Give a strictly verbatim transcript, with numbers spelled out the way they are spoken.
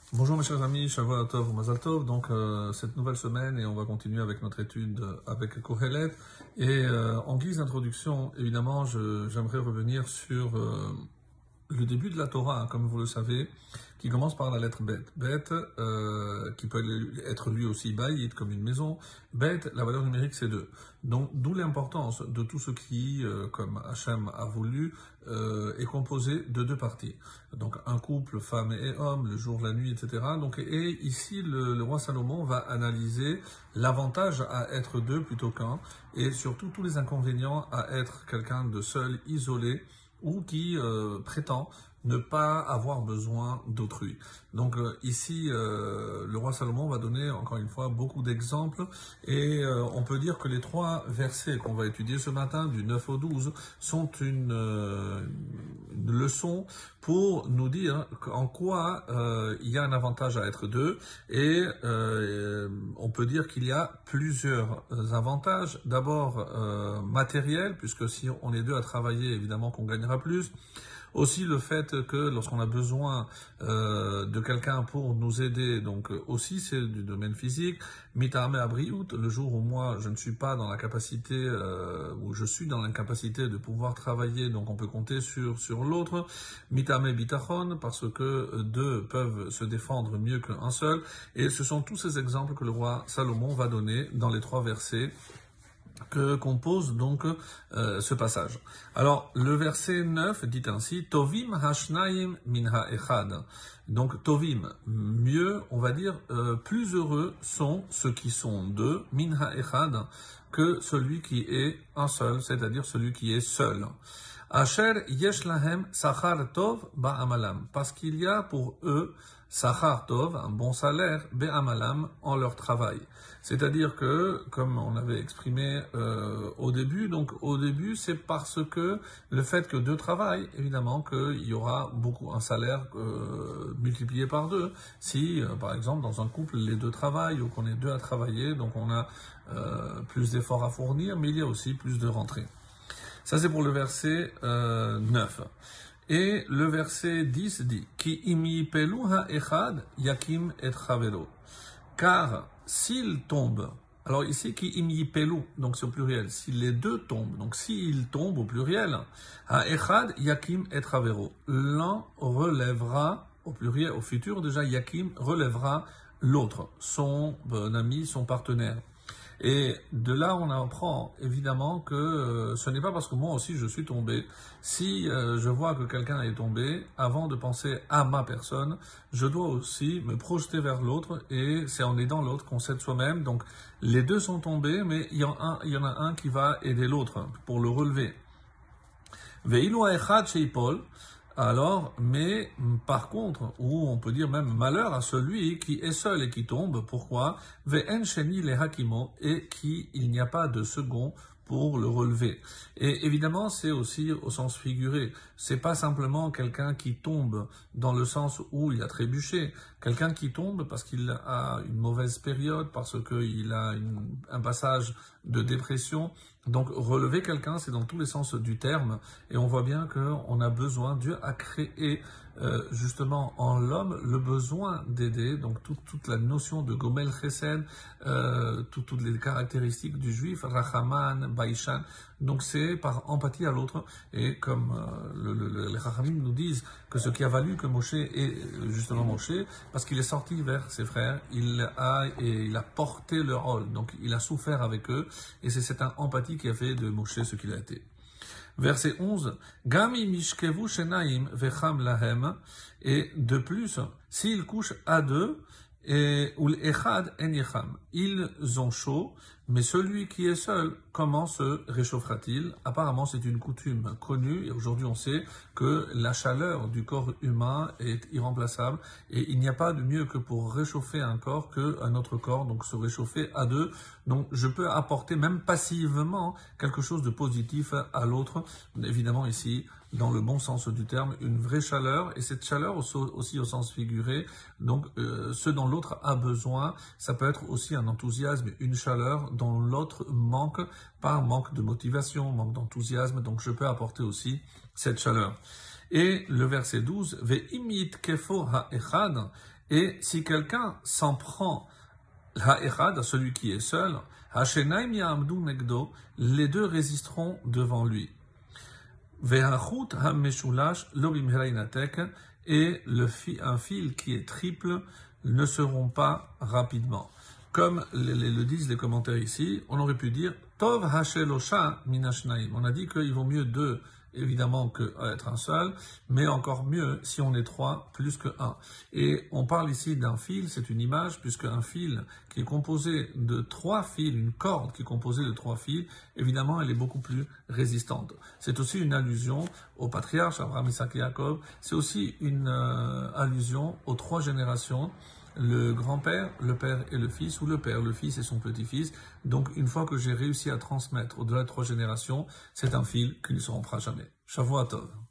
Bonjour mes chers amis, Shavua Tov ou Mazal Tov. Donc euh, cette nouvelle semaine et on va continuer avec notre étude avec Kohelet. Et euh, en guise d'introduction, évidemment, je, j'aimerais revenir sur euh, le début de la Torah, hein, comme vous le savez, qui commence par la lettre Bet. Bet, euh, qui peut être lu aussi Bayit, comme une maison. Bet, la valeur numérique, c'est deux. Donc, d'où l'importance de tout ce qui, euh, comme Hachem a voulu, euh, est composé de deux parties. Donc, un couple, femme et homme, le jour, la nuit, et cetera. Donc, et ici, le, le roi Salomon va analyser l'avantage à être deux plutôt qu'un, et surtout tous les inconvénients à être quelqu'un de seul, isolé, ou qui euh, prétend ne pas avoir besoin d'autrui. Donc euh, ici, euh, le roi Salomon va donner encore une fois beaucoup d'exemples et euh, on peut dire que les trois versets qu'on va étudier ce matin, du neuf au douze, sont une, euh, une leçon pour nous dire en quoi euh, il y a un avantage à être deux et euh, on peut dire qu'il y a plusieurs avantages. D'abord euh, matériel, puisque si on est deux à travailler, évidemment qu'on gagnera plus. Aussi le fait que lorsqu'on a besoin euh, de quelqu'un pour nous aider, donc aussi c'est du domaine physique. Mitame abriout, le jour où moi je ne suis pas dans la capacité, euh, où je suis dans l'incapacité de pouvoir travailler, donc on peut compter sur sur l'autre. Mitame bitachon, parce que deux peuvent se défendre mieux qu'un seul. Et ce sont tous ces exemples que le roi Salomon va donner dans les trois versets que compose donc euh, ce passage. Alors, le verset neuf dit ainsi, Tovim hashnaim min ha'echad. Donc, Tovim, mieux, on va dire, euh, plus heureux sont ceux qui sont deux, min ha'echad, que celui qui est un seul, c'est-à-dire celui qui est seul. Asher yesh lahem sachar tov ba'amalam. Parce qu'il y a pour eux sachar tov, un bon salaire, be'amalam, en leur travail. C'est-à-dire que, comme on avait exprimé euh, au début, donc au début, c'est parce que le fait que deux travaillent, évidemment qu'il y aura beaucoup un salaire euh, multiplié par deux. Si, euh, par exemple, dans un couple, les deux travaillent ou qu'on est deux à travailler, donc on a euh, plus d'efforts à fournir, mais il y a aussi plus de rentrées. Ça, c'est pour le verset euh, neuf. Et le verset dix dit « Ki imi pelu ha'echad yakim et chavero » car s'ils tombent, alors ici qui imi pelu, donc c'est au pluriel, si les deux tombent, donc s'ils tombent au pluriel, ha'echad yakim et chavero, l'un relèvera, au pluriel, au futur déjà, yakim relèvera l'autre, son bon ami, son partenaire. Et de là, on apprend évidemment que euh, ce n'est pas parce que moi aussi je suis tombé. Si euh, je vois que quelqu'un est tombé, avant de penser à ma personne, je dois aussi me projeter vers l'autre et c'est en aidant l'autre qu'on s'aide soi-même. Donc les deux sont tombés, mais il y en a un, il y en a un qui va aider l'autre pour le relever. Veilu ha'echad sheipol. Alors, mais par contre, ou on peut dire même malheur à celui qui est seul et qui tombe. Pourquoi? Ve'en sheni le hakimo, et qui il n'y a pas de second pour le relever. Et évidemment, c'est aussi au sens figuré. C'est pas simplement quelqu'un qui tombe dans le sens où il a trébuché. Quelqu'un qui tombe parce qu'il a une mauvaise période, parce qu'il a une, un passage de dépression. Donc, relever quelqu'un, c'est dans tous les sens du terme. Et on voit bien qu'on a besoin, Dieu a créé euh, justement en l'homme le besoin d'aider. Donc, toute, toute la notion de Gomel Chesed, euh, tout, toutes les caractéristiques du juif, Rachaman, Baishan. Donc, c'est par empathie à l'autre. Et comme euh, le, le, les Rachamim nous disent que ce qui a valu que Moshe est justement Moshe, parce qu'il est sorti vers ses frères, il a, et il a porté leur rôle. Donc, il a souffert avec eux. Et c'est cette empathie qui a fait de Moshe ce qu'il a été. Verset onze, Gami mishkevu shenaim vecham lahem, et de plus, s'ils couchent à deux, et ul echad en yecham, ils ont chaud, mais celui qui est seul, comment se réchauffera-t-il? Apparemment, c'est une coutume connue, et aujourd'hui on sait que la chaleur du corps humain est irremplaçable, et il n'y a pas de mieux que pour réchauffer un corps qu'un autre corps, donc se réchauffer à deux. Donc je peux apporter même passivement quelque chose de positif à l'autre, évidemment ici, dans le bon sens du terme, une vraie chaleur, et cette chaleur aussi au sens figuré, donc euh, ce dont l'autre a besoin, ça peut être aussi un enthousiasme, une chaleur dont l'autre manque, par manque de motivation, manque d'enthousiasme, donc je peux apporter aussi cette chaleur. Et le verset douze, Ve'imit kefo ha'echad, Et si quelqu'un s'en prend à celui qui est seul, les deux résisteront devant lui. Et le fi, un fil qui est triple ne seront pas rapidement. Comme le, le, le disent les commentaires ici, on aurait pu dire Tov hashelosha minashnaim. On a dit qu'il vaut mieux deux, évidemment, qu'être un seul, mais encore mieux si on est trois plus que un. Et on parle ici d'un fil, c'est une image, puisque un fil qui est composé de trois fils, une corde qui est composée de trois fils, évidemment, elle est beaucoup plus résistante. C'est aussi une allusion au patriarche Abraham, Isaac et Jacob. C'est aussi une euh, allusion aux trois générations. Le grand-père, le père et le fils, ou le père, le fils et son petit-fils. Donc, une fois que j'ai réussi à transmettre au-delà de trois générations, c'est un fil qui ne se rompra jamais. Shavua Tov.